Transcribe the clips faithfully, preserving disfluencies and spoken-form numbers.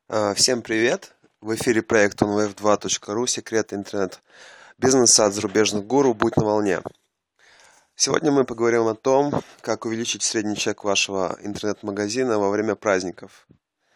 А, Всем привет! В эфире проект он веб два точка ру «Секреты интернет-бизнеса от зарубежных гуру. Будь на волне». Сегодня мы поговорим о том, как увеличить средний чек вашего интернет-магазина во время праздников.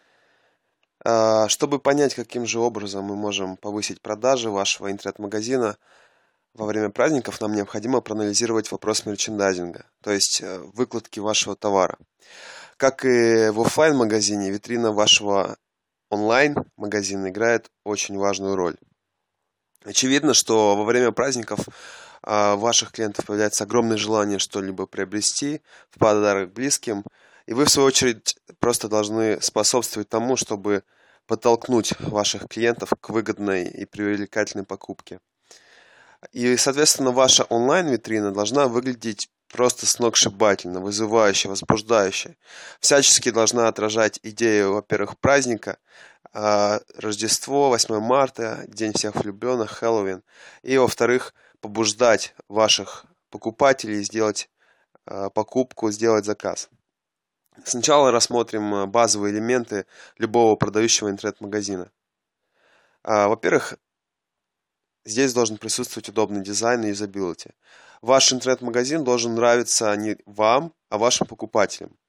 А, Чтобы понять, каким же образом мы можем повысить продажи вашего интернет-магазина во время праздников, нам необходимо проанализировать вопрос мерчендайзинга, то есть э, выкладки вашего товара. Как и в офлайн-магазине, витрина вашего онлайн-магазин играет очень важную роль. Очевидно, что во время праздников а, у ваших клиентов появляется огромное желание что-либо приобрести в подарок близким, и вы, в свою очередь, просто должны способствовать тому, чтобы подтолкнуть ваших клиентов к выгодной и привлекательной покупке. И, соответственно, ваша онлайн-витрина должна выглядеть просто сногсшибательно, вызывающе, возбуждающе. Всячески должна отражать идею, во-первых, праздника, а, Рождество, восьмое марта, День всех влюбленных, Хэллоуин. И, во-вторых, побуждать ваших покупателей сделать а, покупку, сделать заказ. Сначала рассмотрим а, базовые элементы любого продающего интернет-магазина. А, Во-первых, здесь должен присутствовать удобный дизайн и юзабилити. Ваш интернет-магазин должен нравиться не вам, а вашим покупателям.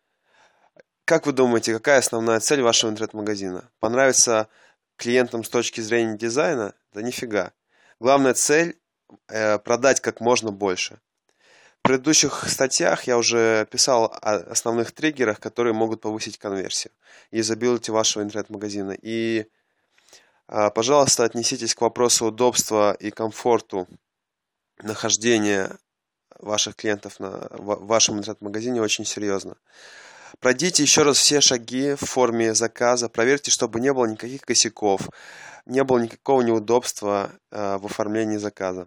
Как вы думаете, какая основная цель вашего интернет-магазина? Понравиться клиентам с точки зрения дизайна? Да нифига. Главная цель э, продать как можно больше. В предыдущих статьях я уже писал о основных триггерах, которые могут повысить конверсию и юзабилити вашего интернет-магазина. И а, пожалуйста, отнеситесь к вопросу удобства и комфорту нахождения ваших клиентов на, в вашем интернет-магазине очень серьезно. Пройдите еще раз все шаги в форме заказа, проверьте, чтобы не было никаких косяков, не было никакого неудобства э, в оформлении заказа.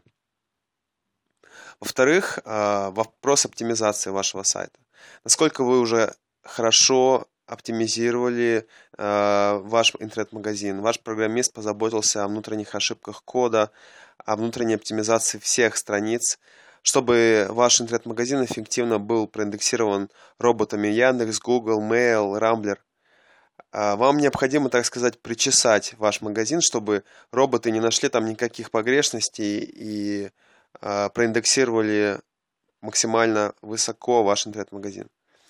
Во-вторых, э, вопрос оптимизации вашего сайта. Насколько вы уже хорошо оптимизировали э, ваш интернет-магазин, ваш программист позаботился о внутренних ошибках кода, о внутренней оптимизации всех страниц, чтобы ваш интернет-магазин эффективно был проиндексирован роботами Яндекс, Google, Mail, Rambler. А, Вам необходимо, так сказать, причесать ваш магазин, чтобы роботы не нашли там никаких погрешностей и а, проиндексировали максимально высоко ваш интернет-магазин.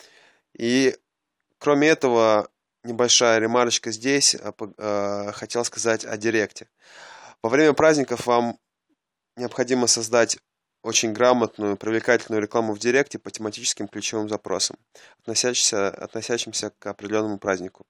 И кроме этого, небольшая ремарочка здесь, а, по- а, хотел сказать о Директе. Во время праздников вам необходимо создать очень грамотную, привлекательную рекламу в Директе по тематическим ключевым запросам, относящимся, относящимся к определенному празднику.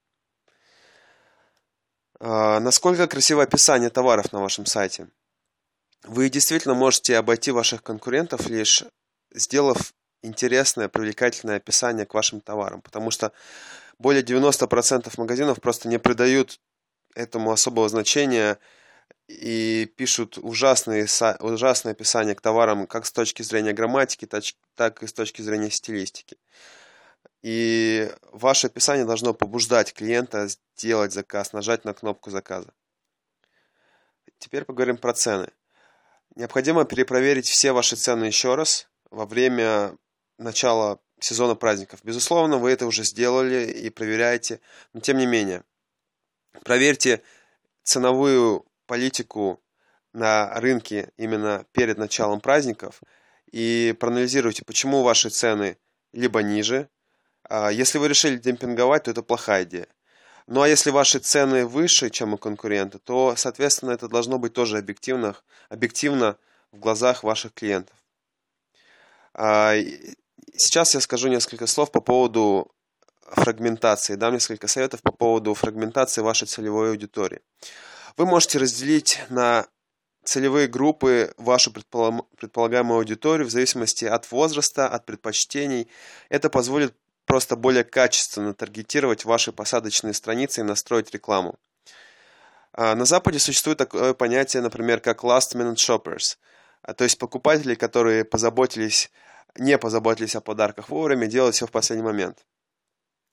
А, Насколько красивое описание товаров на вашем сайте? Вы действительно можете обойти ваших конкурентов, лишь сделав интересное, привлекательное описание к вашим товарам, потому что более девяносто процентов магазинов просто не придают этому особого значения и пишут ужасные, са- ужасные описания к товарам как с точки зрения грамматики, тач- так и с точки зрения стилистики. И ваше описание должно побуждать клиента сделать заказ, нажать на кнопку заказа. Теперь поговорим про цены. Необходимо перепроверить все ваши цены еще раз во время начала сезона праздников. Безусловно, вы это уже сделали и проверяете, но тем не менее, проверьте ценовую политику на рынке именно перед началом праздников и проанализируйте, почему ваши цены либо ниже. А Если вы решили демпинговать, то это плохая идея. Ну а если ваши цены выше, чем у конкурента, то, соответственно, это должно быть тоже объективно, объективно в глазах ваших клиентов. А, и Сейчас я скажу несколько слов по поводу фрагментации, дам несколько советов по поводу фрагментации вашей целевой аудитории. Вы можете разделить на целевые группы вашу предполам- предполагаемую аудиторию в зависимости от возраста, от предпочтений. Это позволит просто более качественно таргетировать ваши посадочные страницы и настроить рекламу. А На Западе существует такое понятие, например, как last minute shoppers, а, то есть покупатели, которые позаботились, не позаботились о подарках вовремя, делают все в последний момент.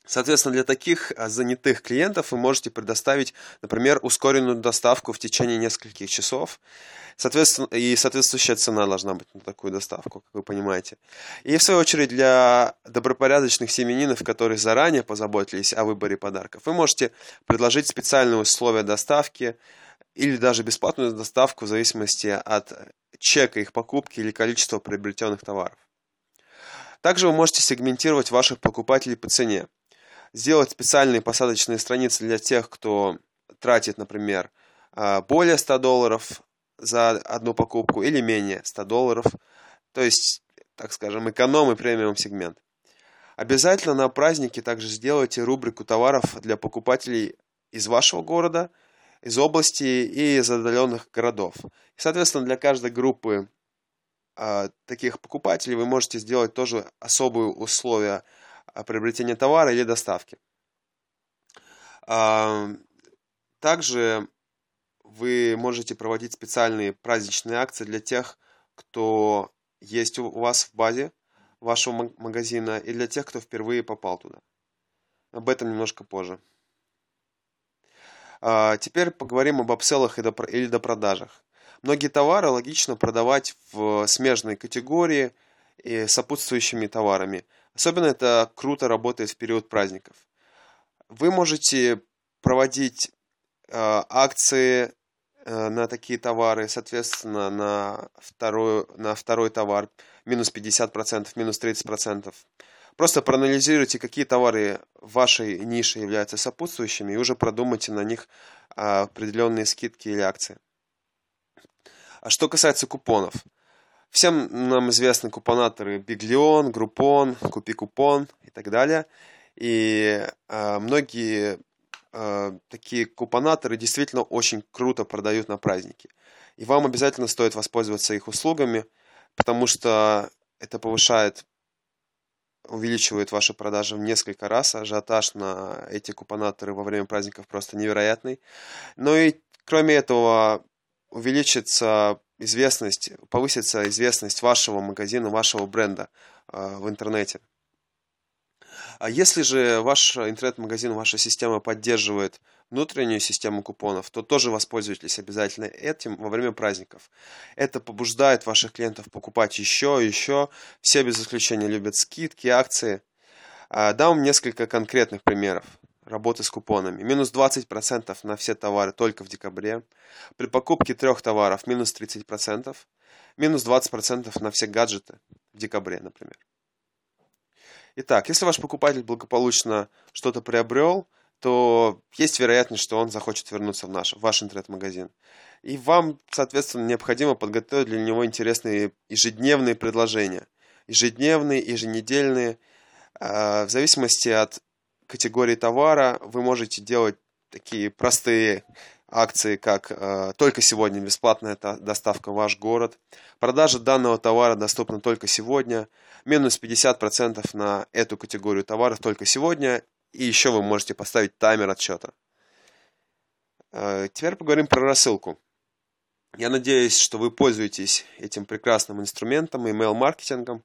Соответственно, для таких занятых клиентов вы можете предоставить, например, ускоренную доставку в течение нескольких часов. Соответственно, и соответствующая цена должна быть на такую доставку, как вы понимаете. И в свою очередь для добропорядочных семьянинов, которые заранее позаботились о выборе подарков, вы можете предложить специальные условия доставки или даже бесплатную доставку в зависимости от чека их покупки или количества приобретенных товаров. Также вы можете сегментировать ваших покупателей по цене. Сделать специальные посадочные страницы для тех, кто тратит, например, более ста долларов за одну покупку или менее ста долларов. То есть, так скажем, эконом и премиум сегмент. Обязательно на празднике также сделайте рубрику товаров для покупателей из вашего города, из области и из отдаленных городов. И, соответственно, для каждой группы а, таких покупателей вы можете сделать тоже особые условия приобретения товара или доставки. А, также вы можете проводить специальные праздничные акции для тех, кто есть у вас в базе вашего магазина, и для тех, кто впервые попал туда. Об этом немножко позже. А, теперь поговорим об апселлах или допродажах. Многие товары логично продавать в смежной категории и сопутствующими товарами. Особенно это круто работает в период праздников. Вы можете проводить э, акции э, на такие товары, соответственно, на второй, на второй товар минус пятьдесят процентов, минус тридцать процентов. Просто проанализируйте, какие товары в вашей нише являются сопутствующими, и уже продумайте на них э, определенные скидки или акции. А что касается купонов. Всем нам известны купонаторы Биглион, Группон, Купи Купон и так далее. И э, многие э, такие купонаторы действительно очень круто продают на праздники. И вам обязательно стоит воспользоваться их услугами, потому что это повышает, увеличивает ваши продажи в несколько раз. Ажиотаж на эти купонаторы во время праздников просто невероятный. Но и кроме этого увеличится известность, повысится известность вашего магазина, вашего бренда э, в интернете. А если же ваш интернет-магазин, ваша система поддерживает внутреннюю систему купонов, то тоже воспользуйтесь обязательно этим во время праздников. Это побуждает ваших клиентов покупать еще и еще. Все без исключения любят скидки, акции. А, дам вам несколько конкретных примеров работы с купонами. Минус двадцать процентов на все товары только в декабре. При покупке трех товаров минус тридцать процентов. Минус двадцать процентов на все гаджеты в декабре, например. Итак, если ваш покупатель благополучно что-то приобрел, то есть вероятность, что он захочет вернуться в, наш, в ваш интернет-магазин. И вам, соответственно, необходимо подготовить для него интересные ежедневные предложения. Ежедневные, еженедельные. В зависимости от категории товара вы можете делать такие простые акции, как э, только сегодня бесплатная доставка в ваш город, продажа данного товара доступна только сегодня, минус пятьдесят процентов на эту категорию товаров только сегодня, и еще вы можете поставить таймер отсчета. Э, теперь поговорим про рассылку. Я надеюсь, что вы пользуетесь этим прекрасным инструментом, email-маркетингом,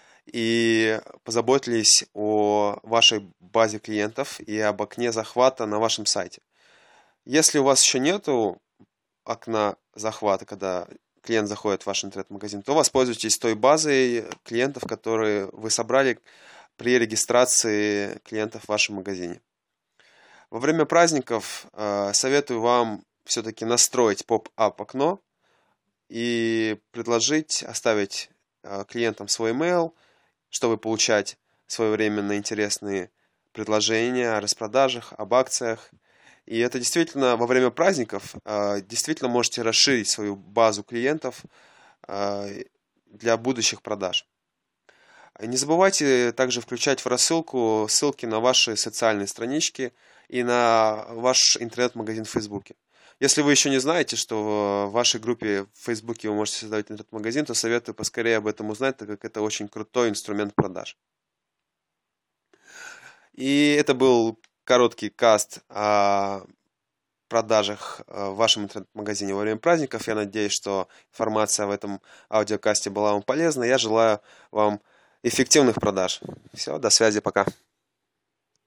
и позаботились о вашей базе клиентов и об окне захвата на вашем сайте. Если у вас еще нету окна захвата, когда клиент заходит в ваш интернет-магазин, то воспользуйтесь той базой клиентов, которые вы собрали при регистрации клиентов в вашем магазине. Во время праздников э, советую вам все-таки настроить поп-ап окно и предложить оставить э, клиентам свой email, чтобы получать своевременно интересные предложения о распродажах, об акциях. И это действительно во время праздников э, действительно можете расширить свою базу клиентов э, для будущих продаж. Не забывайте также включать в рассылку ссылки на ваши социальные странички и на ваш интернет-магазин в Фейсбуке. Если вы еще не знаете, что в вашей группе в Фейсбуке вы можете создавать интернет-магазин, то советую поскорее об этом узнать, так как это очень крутой инструмент продаж. И это был короткий каст о продажах в вашем интернет-магазине во время праздников. Я надеюсь, что информация в этом аудиокасте была вам полезна. Я желаю вам эффективных продаж. Все, до связи, пока.